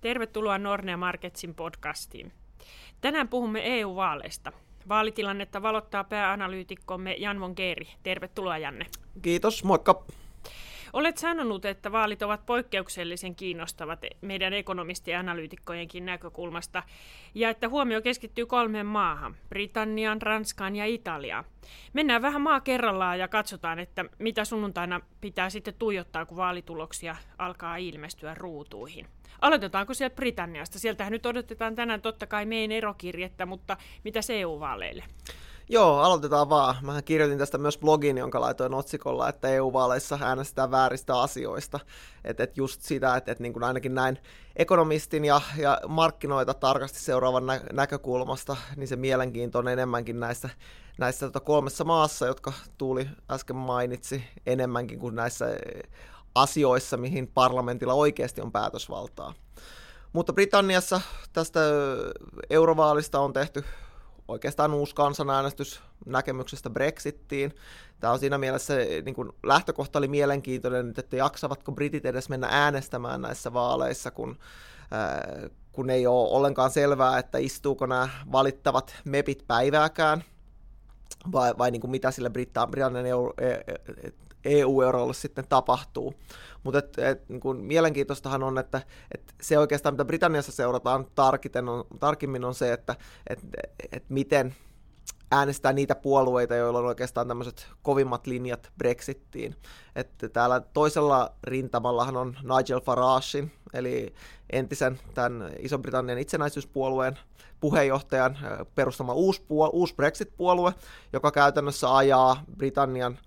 Tervetuloa Nordea Marketsin podcastiin. Tänään puhumme EU-vaaleista. Vaalitilannetta valottaa pääanalyytikkomme Jan von Geeri. Tervetuloa, Janne. Kiitos, moikka. Olet sanonut, että vaalit ovat poikkeuksellisen kiinnostavat meidän ekonomistien ja analyytikkojenkin näkökulmasta, ja että huomio keskittyy 3 maahan, Britanniaan, Ranskaan ja Italiaan. Mennään vähän maa kerrallaan ja katsotaan, että mitä sunnuntaina pitää sitten tuijottaa, kun vaalituloksia alkaa ilmestyä ruutuihin. Aloitetaanko sieltä Britanniasta? Sieltähän nyt odotetaan tänään totta kai meidän erokirjettä, mutta mitä EU-vaaleille? Joo, aloitetaan vaan. Mähän kirjoitin tästä myös blogin, jonka laitoin otsikolla, että EU-vaaleissa äänestetään vääristä asioista. Että just sitä, että niin kuin ainakin näin ekonomistin ja markkinoita tarkasti seuraavan näkökulmasta, niin se mielenkiinto on enemmänkin näissä 3 maassa, jotka Tuuli äsken mainitsi, enemmänkin kuin näissä asioissa, mihin parlamentilla oikeasti on päätösvaltaa. Mutta Britanniassa tästä eurovaalista on tehty oikeastaan uusi kansanäänestys näkemyksestä Brexittiin. Tämä on siinä mielessä, niin kuin lähtökohta oli mielenkiintoinen, että jaksavatko britit edes mennä äänestämään näissä vaaleissa, kun ei ole ollenkaan selvää, että istuuko nämä valittavat mepit päivääkään, vai niin kuin mitä sille Britannian EU-eurolle sitten tapahtuu. Mutta niin mielenkiintoistahan on, että se oikeastaan, mitä Britanniassa seurataan tarkemmin, on se, että miten äänestää niitä puolueita, joilla on oikeastaan tämmöiset kovimmat linjat Brexittiin. Että täällä toisella rintamallahan on Nigel Faragein, eli entisen tämän Iso-Britannian itsenäisyyspuolueen puheenjohtajan perustama uusi Brexit-puolue, joka käytännössä ajaa Britannian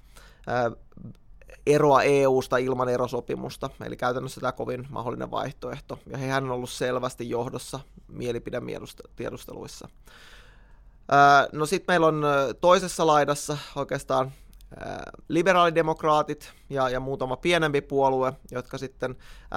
eroa EU:sta ilman erosopimusta, eli käytännössä tämä kovin mahdollinen vaihtoehto, ja hän on ollut selvästi johdossa mielipidetiedusteluissa. No sitten meillä on toisessa laidassa oikeastaan liberaalidemokraatit ja muutama pienempi puolue, jotka sitten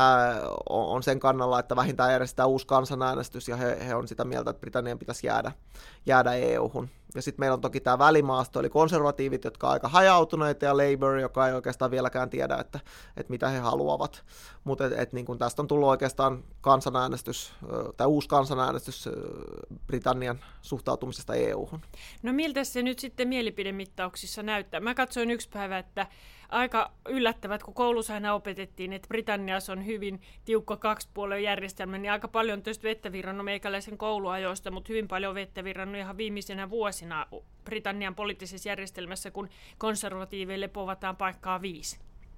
on sen kannalla, että vähintään järjestetään uusi kansanäänestys, ja he on sitä mieltä, että Britannian pitäisi jäädä EU-hun. Ja sitten meillä on toki tämä välimaasto, eli konservatiivit, jotka on aika hajautuneita, ja Labour, joka ei oikeastaan vieläkään tiedä, että mitä he haluavat. Mutta niin kun tästä on tullut oikeastaan kansanäänestys, tai uusi kansanäänestys Britannian suhtautumisesta EU-hun. No miltä se nyt sitten mielipidemittauksissa näyttää? Mä katsoin yksi päivä, että aika yllättävät, kun koulussa aina opetettiin, että Britanniassa on hyvin tiukka 2-puolueen järjestelmä, niin aika paljon tietysti vettä virrannut meikäläisen kouluajoista, mutta hyvin paljon vettä virrannut ihan viimeisenä vuosina Britannian poliittisessa järjestelmässä, kun konservatiiveille povataan paikkaa 5.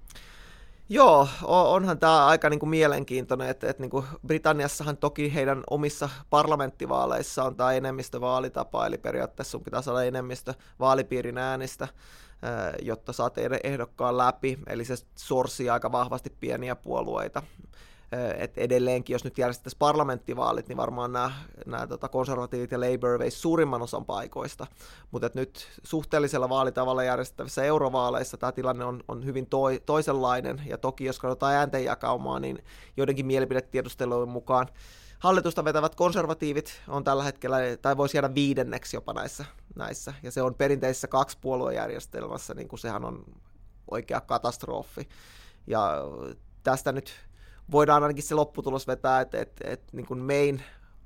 Joo, onhan tämä aika niin kuin mielenkiintoinen, että niin kuin Britanniassahan toki heidän omissa parlamenttivaaleissa on tämä enemmistövaalitapa, eli periaatteessa sun pitää saada enemmistö vaalipiirin äänistä, jotta saat ehdokkaan läpi, eli se sorsii aika vahvasti pieniä puolueita. Et edelleenkin, jos nyt järjestettäisiin parlamenttivaalit, niin varmaan nämä konservatiivit ja Labour veisi suurimman osan paikoista, mutta nyt suhteellisella vaalitavalla järjestettävissä eurovaaleissa tämä tilanne on hyvin toisenlainen, ja toki jos katsotaan ääntenjakaumaa, niin joidenkin mielipidetiedustelujen mukaan hallitusta vetävät konservatiivit on tällä hetkellä, tai voisi jäädä 5. jopa näissä, ja se on perinteisessä 2-puoluejärjestelmässä, niin kuin sehän on oikea katastrofi, ja tästä nyt voidaan ainakin se lopputulos vetää, että niin kuin main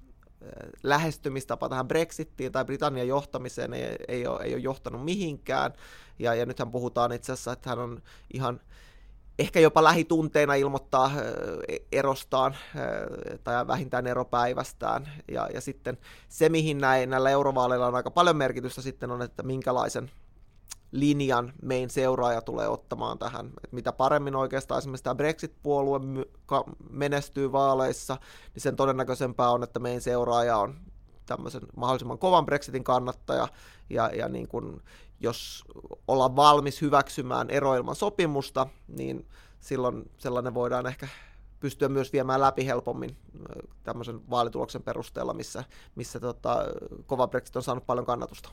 lähestymistapa tähän Brexittiin tai Britannian johtamiseen ei ole johtanut mihinkään, ja nythän puhutaan itse asiassa, että hän on ihan ehkä jopa lähitunteina ilmoittaa erostaan tai vähintään eropäivästään, ja sitten se, mihin näillä eurovaaleilla on aika paljon merkitystä sitten on, että minkälaisen linjan mein seuraaja tulee ottamaan tähän. Et mitä paremmin oikeastaan esimerkiksi tämä Brexit-puolue menestyy vaaleissa, niin sen todennäköisempää on, että mein seuraaja on tämmöisen mahdollisimman kovan Brexitin kannattaja, ja niin kun, jos ollaan valmis hyväksymään ero ilman sopimusta, niin silloin sellainen voidaan ehkä pystyä myös viemään läpi helpommin tämmöisen vaalituloksen perusteella, missä kova Brexit on saanut paljon kannatusta.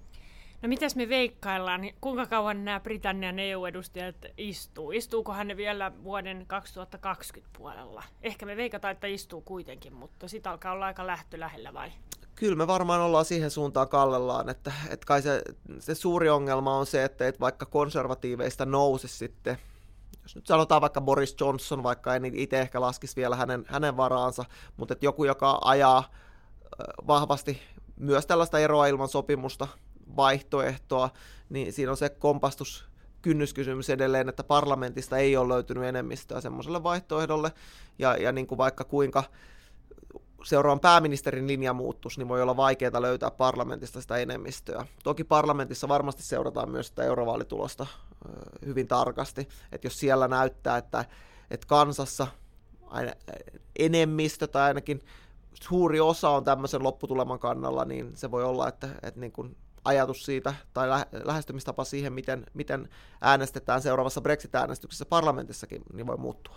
No mitäs me veikkaillaan, niin kuinka kauan nämä Britannian EU-edustajat istuu? Istuukohan ne vielä vuoden 2020 puolella? Ehkä me veikataan, että istuu kuitenkin, mutta sitten alkaa olla aika lähtö lähellä vai? Kyllä me varmaan ollaan siihen suuntaan kallellaan, että kai se suuri ongelma on se, että vaikka konservatiiveista nousisi sitten jos nyt sanotaan vaikka Boris Johnson, vaikka en itse ehkä laskisi vielä hänen varaansa, mutta että joku, joka ajaa vahvasti myös tällaista eroa ilman sopimusta vaihtoehtoa, niin siinä on se kynnyskysymys edelleen, että parlamentista ei ole löytynyt enemmistöä semmoiselle vaihtoehdolle, ja niin kuin vaikka kuinka seuraavan pääministerin linja muuttuisi, niin voi olla vaikeaa löytää parlamentista sitä enemmistöä. Toki parlamentissa varmasti seurataan myös sitä eurovaalitulosta hyvin tarkasti, että jos siellä näyttää, että kansassa enemmistö tai ainakin suuri osa on tämmöisen lopputuleman kannalla, niin se voi olla, että niin kuin ajatus siitä tai lähestymistapa siihen, miten äänestetään seuraavassa Brexit-äänestyksessä parlamentissakin, niin voi muuttua.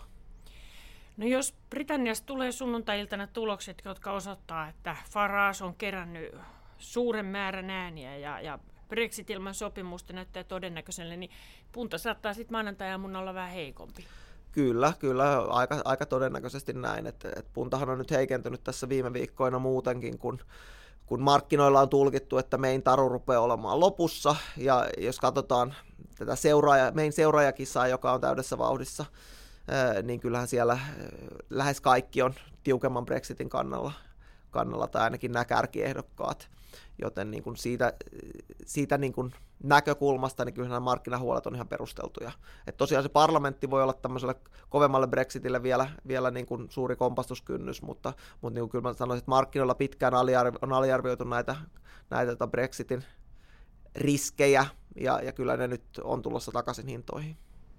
No jos Britanniassa tulee sunnuntai-iltana tulokset, jotka osoittaa, että Farage on kerännyt suuren määrän ääniä ja Brexit ilman sopimusta näyttää todennäköiselle, niin punta saattaa sitten maanantai-aamuna olla vähän heikompi. Kyllä, aika todennäköisesti näin. Että puntahan on nyt heikentynyt tässä viime viikkoina muutenkin, kun markkinoilla on tulkittu, että main taru rupeaa olemaan lopussa, ja jos katsotaan tätä main seuraajakisaa, joka on täydessä vauhdissa, niin kyllähän siellä lähes kaikki on tiukemman Brexitin kannalla tai ainakin nämä kärkiehdokkaat, joten niin kuin siitä niin kuin näkökulmasta niin kyllähän nämä markkinahuolet on ihan perusteltuja. Et tosiaan se parlamentti voi olla tämmöiselle kovemmalle Brexitille vielä niin kuin suuri kompastuskynnys, mutta niin kuin kyllä mä sanoisin, että markkinoilla pitkään on aliarvioitu näitä Brexitin riskejä, ja kyllä ne nyt on tulossa takaisin hintoihin.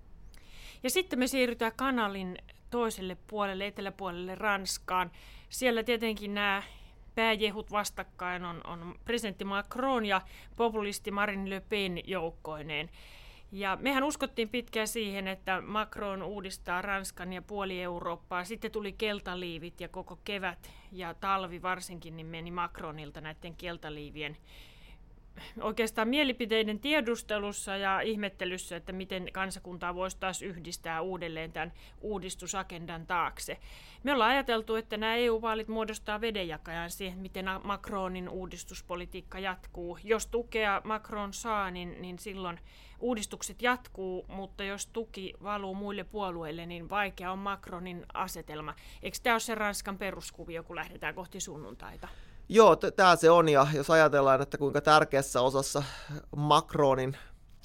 Ja sitten me siirrytään kanalin toiselle puolelle, eteläpuolelle Ranskaan. Siellä tietenkin nämä pääjehut vastakkain on presidentti Macron ja populisti Marine Le Pen joukkoineen. Ja mehän uskottiin pitkään siihen, että Macron uudistaa Ranskan ja puoli Eurooppaa. Sitten tuli keltaliivit ja koko kevät ja talvi varsinkin niin meni Macronilta näiden keltaliivien oikeastaan mielipiteiden tiedustelussa ja ihmettelyssä, että miten kansakuntaa voisi taas yhdistää uudelleen tämän uudistusagendan taakse. Me ollaan ajateltu, että nämä EU-vaalit muodostaa vedenjakajan siihen, miten Macronin uudistuspolitiikka jatkuu. Jos tukea Macron saa, niin silloin uudistukset jatkuu, mutta jos tuki valuu muille puolueille, niin vaikea on Macronin asetelma. Eikö tämä ole se Ranskan peruskuvio, kun lähdetään kohti sunnuntaita? Joo, tämä se on, ja jos ajatellaan, että kuinka tärkeässä osassa Macronin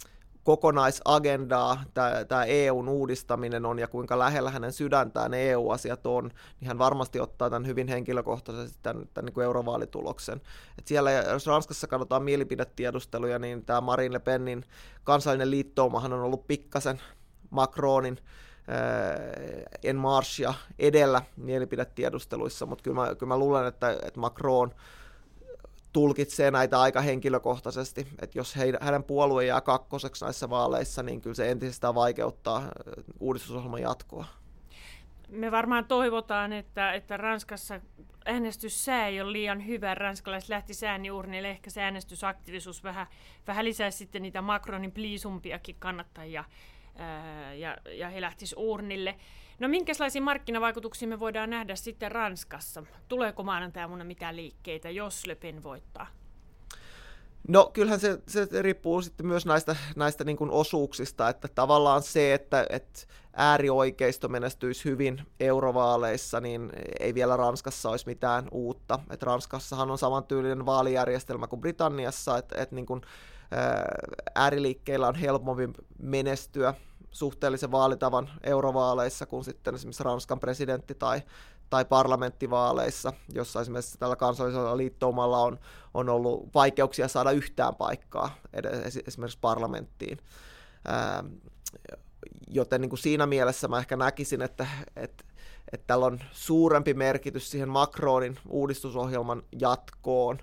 kokonaisagendaa tämä EUn uudistaminen on ja kuinka lähellä hänen sydäntään EU-asiat on, niin hän varmasti ottaa tämän hyvin henkilökohtaisesti tämän niin kuin eurovaalitulokseen. Et siellä, jos Ranskassa katsotaan mielipidetiedusteluja, niin tämä Marine Le Penin kansallinen liittoumahan on ollut pikkasen Macronin En Marchia edellä mielipidetiedusteluissa, mutta kyllä mä luulen, että Macron tulkitsee näitä aika henkilökohtaisesti, että jos hänen puolue jää kakkoseksi näissä vaaleissa, niin kyllä se entisestään vaikeuttaa uudistusohjelman jatkoa. Me varmaan toivotaan, että Ranskassa äänestyssää ei ole liian hyvä. Ranskalaiset lähti ääniurnille, ehkä se äänestysaktiivisuus vähän lisää sitten niitä Macronin pliisumpiakin kannattajia, ja he lähtisivät urnille. No minkälaisia markkinavaikutuksia me voidaan nähdä sitten Ranskassa? Tuleeko maanantaina mitään liikkeitä, jos Le Pen voittaa? No kyllähän se riippuu sitten myös näistä niin kuin osuuksista, että tavallaan se, että äärioikeisto menestyisi hyvin eurovaaleissa, niin ei vielä Ranskassa olisi mitään uutta. Et Ranskassahan on samantyylinen vaalijärjestelmä kuin Britanniassa, että niin kuin ääriliikkeillä on helpompi menestyä suhteellisen vaalitavan eurovaaleissa kuin sitten esimerkiksi Ranskan presidentti- tai parlamenttivaaleissa, jossa esimerkiksi tällä kansallisella liittoumalla on ollut vaikeuksia saada yhtään paikkaa esimerkiksi parlamenttiin. Joten niin kuin siinä mielessä mä ehkä näkisin, että tällä on suurempi merkitys siihen Macronin uudistusohjelman jatkoon,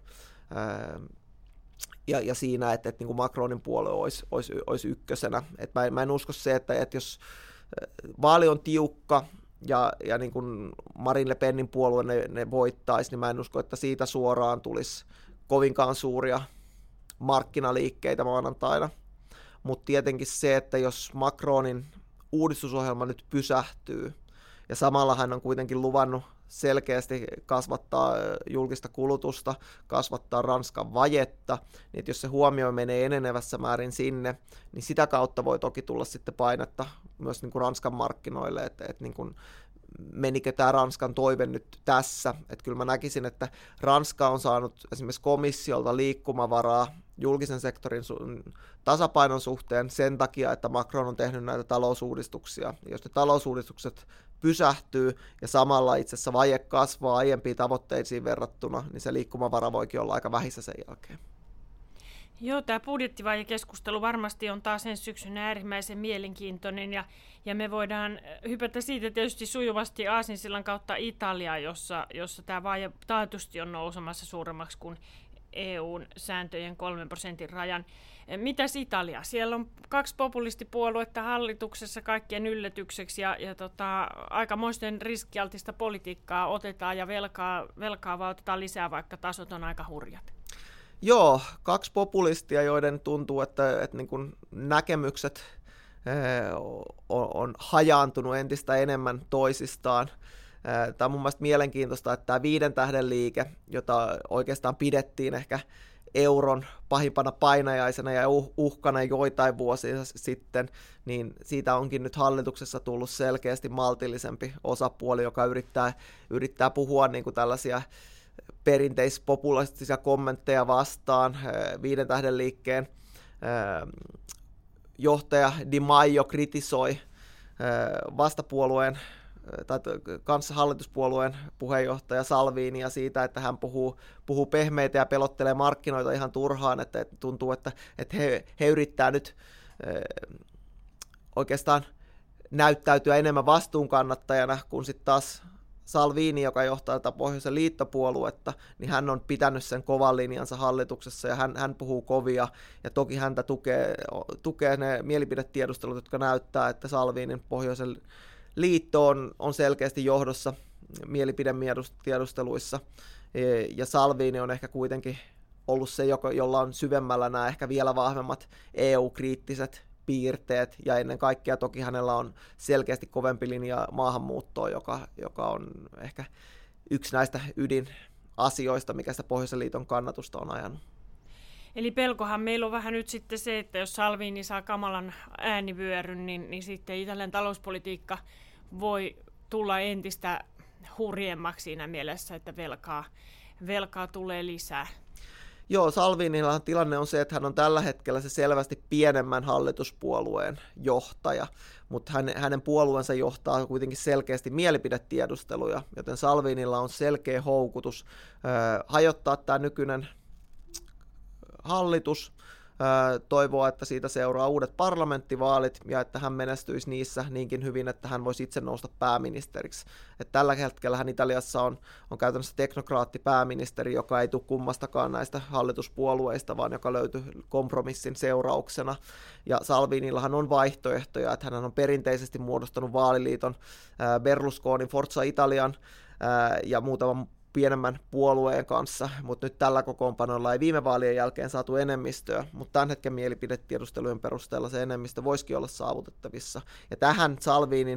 ja siinä, että niin kuin Macronin puolue olisi ykkösenä. Mä en usko se, että jos vaali on tiukka ja niin kuin Marine Le Penin puolue ne voittaisi, niin mä en usko, että siitä suoraan tulisi kovinkaan suuria markkinaliikkeitä maanantaina. Mutta tietenkin se, että jos Macronin uudistusohjelma nyt pysähtyy, ja samalla hän on kuitenkin luvannut selkeästi kasvattaa julkista kulutusta, kasvattaa Ranskan vajetta, niin että jos se huomio menee enenevässä määrin sinne, niin sitä kautta voi toki tulla sitten painetta myös niin kuin Ranskan markkinoille, että niin kuin menikö tämä Ranskan toive nyt tässä, että kyllä mä näkisin, että Ranska on saanut esimerkiksi komissiolta liikkumavaraa julkisen sektorin tasapainon suhteen sen takia, että Macron on tehnyt näitä talousuudistuksia. Jos ne talousuudistukset pysähtyy ja samalla itse asiassa vaje kasvaa aiempiin tavoitteisiin verrattuna, niin se liikkumavara voikin olla aika vähissä sen jälkeen. Joo, tämä budjettivaihe-keskustelu varmasti on taas ensi syksynä äärimmäisen mielenkiintoinen ja me voidaan hypätä siitä tietysti sujuvasti aasinsillan kautta Italiaa, jossa tämä vaihe taatusti on nousemassa suuremmaksi kuin EUn sääntöjen 3% rajan. Mitäs Italia? Siellä on 2 populistipuoluetta hallituksessa kaikkien yllätykseksi ja aikamoisten riskialtista politiikkaa otetaan ja velkaa vaan otetaan lisää, vaikka tasot on aika hurjat. Joo, 2 populistia, joiden tuntuu, että niin kuin näkemykset on hajaantunut entistä enemmän toisistaan. Tämä on mun mielestä mielenkiintoista, että tämä 5 tähden liike, jota oikeastaan pidettiin ehkä euron pahimpana painajaisena ja uhkana joitain vuosia sitten, niin siitä onkin nyt hallituksessa tullut selkeästi maltillisempi osapuoli, joka yrittää puhua niin kuin tällaisia perinteispopulistisia kommentteja vastaan. 5 tähden liikkeen johtaja Di Maio kritisoi vastapuolueen tai kanssa hallituspuolueen puheenjohtaja Salvinia siitä, että hän puhuu pehmeitä ja pelottelee markkinoita ihan turhaan, että tuntuu, että he yrittää nyt oikeastaan näyttäytyä enemmän vastuunkannattajana, kun sitten taas Salvini, joka johtaa tätä Pohjoisen liittopuoluetta, niin hän on pitänyt sen kovan linjansa hallituksessa ja hän puhuu kovia ja toki häntä tukee ne mielipidetiedustelut, jotka näyttää, että Salvinin Pohjoisen liitto on selkeästi johdossa mielipidetiedusteluissa ja Salvini on ehkä kuitenkin ollut se, jolla on syvemmällä nämä ehkä vielä vahvemmat EU-kriittiset piirteet, ja ennen kaikkea toki hänellä on selkeästi kovempi linja maahanmuuttoa, joka on ehkä yksi näistä ydinasioista, mikä sitä Pohjoisen liiton kannatusta on ajanut. Eli pelkohan meillä on vähän nyt sitten se, että jos Salvini saa kamalan äänivyöryn, niin sitten Italian talouspolitiikka voi tulla entistä hurjemmaksi siinä mielessä, että velkaa tulee lisää. Joo, Salvinillahan tilanne on se, että hän on tällä hetkellä se selvästi pienemmän hallituspuolueen johtaja, mutta hänen puolueensa johtaa kuitenkin selkeästi mielipidetiedusteluja, joten Salvinilla on selkeä houkutus hajottaa tämä nykyinen hallitus, toivoa, että siitä seuraa uudet parlamenttivaalit ja että hän menestyisi niissä niinkin hyvin, että hän voisi itse nousta pääministeriksi. Et tällä hetkellä hän Italiassa on käytännössä teknokraattipääministeri, joka ei tule kummastakaan näistä hallituspuolueista, vaan joka löytyi kompromissin seurauksena. Ja Salvinillahan on vaihtoehtoja, että hän on perinteisesti muodostanut vaaliliiton Berlusconin Forza Italian ja muutaman pienemmän puolueen kanssa, mutta nyt tällä kokoonpanolla ei viime vaalien jälkeen saatu enemmistöä, mutta tämän hetken mielipidetiedustelujen perusteella se enemmistö voisikin olla saavutettavissa. Ja tähän Salvinin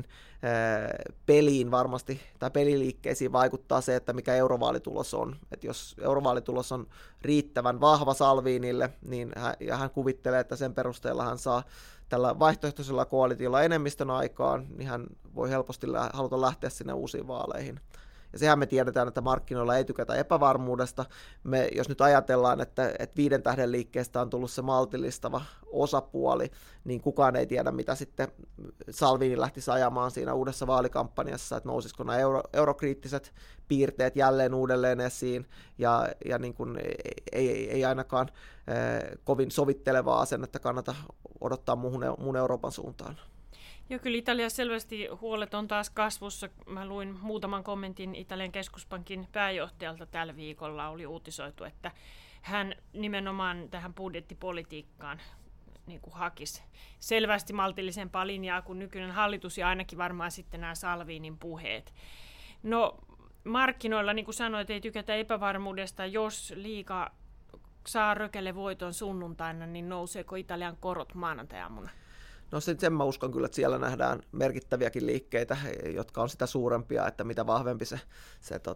peliin varmasti, tai peliliikkeisiin vaikuttaa se, että mikä eurovaalitulos on. Että jos eurovaalitulos on riittävän vahva Salvinille, niin hän kuvittelee, että sen perusteella hän saa tällä vaihtoehtoisella koalitiolla enemmistön aikaan, niin hän voi helposti haluta lähteä sinne uusiin vaaleihin. Ja sehän me tiedetään, että markkinoilla ei tykätä epävarmuudesta. Jos nyt ajatellaan, että 5 tähden liikkeestä on tullut se maltillistava osapuoli, niin kukaan ei tiedä, mitä sitten Salvini lähtisi ajamaan siinä uudessa vaalikampanjassa, että nousisiko nämä eurokriittiset piirteet jälleen uudelleen esiin, ja niin kuin ei ainakaan kovin sovittelevaa asennetta kannata odottaa muun Euroopan suuntaan. Joo, kyllä Italia selvästi huolet on taas kasvussa. Mä luin muutaman kommentin Italian keskuspankin pääjohtajalta tällä viikolla. Oli uutisoitu, että hän nimenomaan tähän budjettipolitiikkaan niin kuin hakisi selvästi maltillisempaa linjaa kuin nykyinen hallitus ja ainakin varmaan sitten nämä Salvinin puheet. No markkinoilla, niin kuin sanoit, ei tykätä epävarmuudesta. Jos liiga saa rökelle voiton sunnuntaina, niin nouseeko Italian korot maanantai-aamuna? No sen mä uskon kyllä, että siellä nähdään merkittäviäkin liikkeitä, jotka on sitä suurempia, että mitä vahvempi se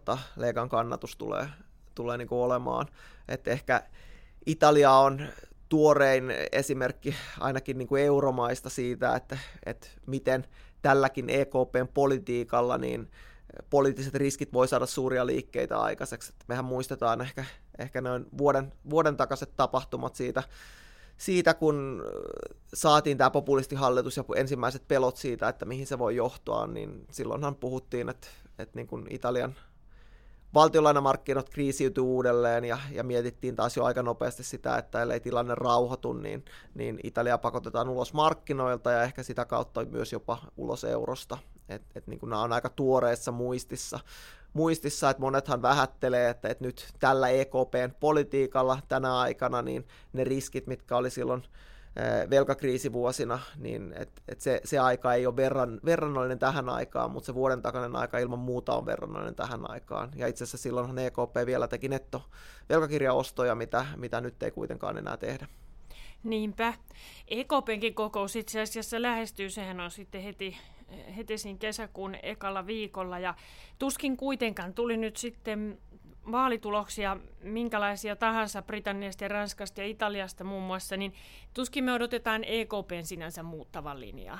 Legan kannatus tulee niin kuin olemaan. Että ehkä Italia on tuorein esimerkki ainakin niin kuin euromaista siitä, että miten tälläkin EKPn politiikalla niin poliittiset riskit voi saada suuria liikkeitä aikaiseksi. Mehän muistetaan ehkä noin vuoden takaiset tapahtumat siitä, kun saatiin tämä populistihallitus ja ensimmäiset pelot siitä, että mihin se voi johtaa, niin silloinhan puhuttiin, että niin kuin Italian valtionlainamarkkinat kriisiytyi uudelleen ja mietittiin taas jo aika nopeasti sitä, että ellei tilanne rauhoitu, niin Italia pakotetaan ulos markkinoilta ja ehkä sitä kautta myös jopa ulos eurosta. Niin kuin nämä on aika tuoreessa muistissa, että monethan vähättelee, että nyt tällä EKPn politiikalla tänä aikana niin ne riskit, mitkä oli silloin velkakriisivuosina, niin se aika ei ole verrannollinen tähän aikaan, mutta se vuoden takainen aika ilman muuta on verrannollinen tähän aikaan. Ja itse asiassa silloinhan EKP vielä teki nettovelkakirjaostoja, mitä nyt ei kuitenkaan enää tehdä. Niinpä. EKPnkin kokous itse asiassa lähestyy, sehän on sitten heti siinä kesäkuun ekalla viikolla, ja tuskin kuitenkaan tuli nyt sitten vaalituloksia minkälaisia tahansa Britanniasta ja Ranskasta ja Italiasta muun muassa, niin tuskin me odotetaan EKPn sinänsä muuttavan linjaa.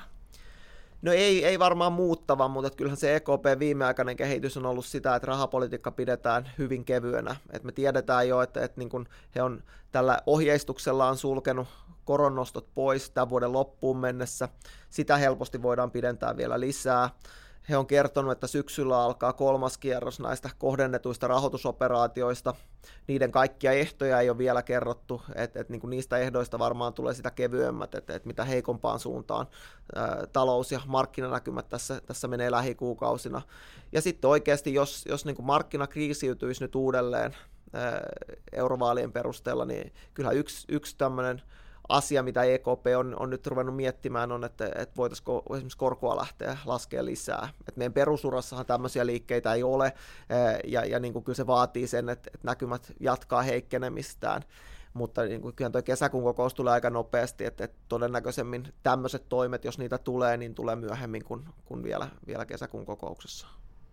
No ei varmaan muuttava, mutta kyllähän se EKPn viimeaikainen kehitys on ollut sitä, että rahapolitiikka pidetään hyvin kevyenä. Et me tiedetään jo, että niin kun he on tällä ohjeistuksellaan sulkenut koronnostot pois tämän vuoden loppuun mennessä. Sitä helposti voidaan pidentää vielä lisää. He on kertonut, että syksyllä alkaa 3. kierros näistä kohdennetuista rahoitusoperaatioista. Niiden kaikkia ehtoja ei ole vielä kerrottu, että niin kuin niistä ehdoista varmaan tulee sitä kevyemmät, että mitä heikompaan suuntaan talous- ja markkinanäkymät tässä menee lähikuukausina. Ja sitten oikeasti, jos niin kuin markkina kriisiytyisi nyt uudelleen eurovaalien perusteella, niin kyllähän yksi tämmöinen asia, mitä EKP on nyt ruvennut miettimään, on, että voitaisiinko esimerkiksi korkoa lähteä laskemaan lisää. Et meidän perusurassahan tämmöisiä liikkeitä ei ole, ja niin kuin kyllä se vaatii sen, että näkymät jatkaa heikkenemistään. Mutta niin kuin, kyllä tuo kesäkuun kokous tulee aika nopeasti, että todennäköisemmin tämmöiset toimet, jos niitä tulee, niin tulee myöhemmin kuin vielä kesäkuun kokouksessa.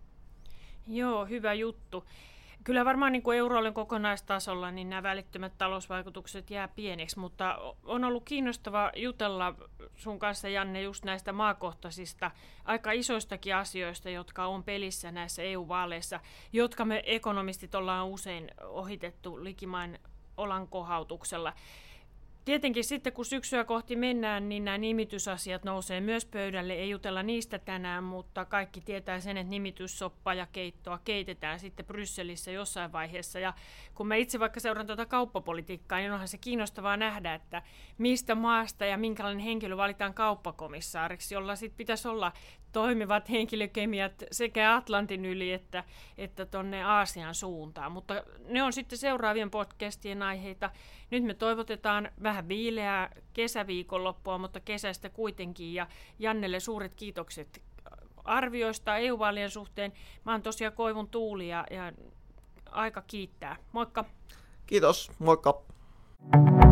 Joo, hyvä juttu. Kyllä varmaan niin kuin euroalueen kokonaistasolla niin nämä välittömät talousvaikutukset jää pieneksi, mutta on ollut kiinnostava jutella sun kanssa, Janne, just näistä maakohtaisista, aika isoistakin asioista, jotka on pelissä näissä EU-vaaleissa, jotka me ekonomistit ollaan usein ohitettu likimain olankohautuksella. Tietenkin sitten, kun syksyä kohti mennään, niin nämä nimitysasiat nousee myös pöydälle. Ei jutella niistä tänään, mutta kaikki tietää sen, että nimityssoppaa ja keittoa keitetään sitten Brysselissä jossain vaiheessa. Ja kun mä itse vaikka seuraan tuota kauppapolitiikkaa, niin onhan se kiinnostavaa nähdä, että mistä maasta ja minkälainen henkilö valitaan kauppakomissaariksi, jolla sitten pitäisi olla toimivat henkilökemiat sekä Atlantin yli että tuonne Aasian suuntaan. Mutta ne on sitten seuraavien podcastien aiheita. Nyt me toivotetaan vähän viileää kesäviikonloppua, mutta kesästä kuitenkin. Ja Jannelle suuret kiitokset arvioista EU-vaalien suhteen. Mä oon tosiaan Koivun Tuuli ja aika kiittää. Moikka! Kiitos, moikka!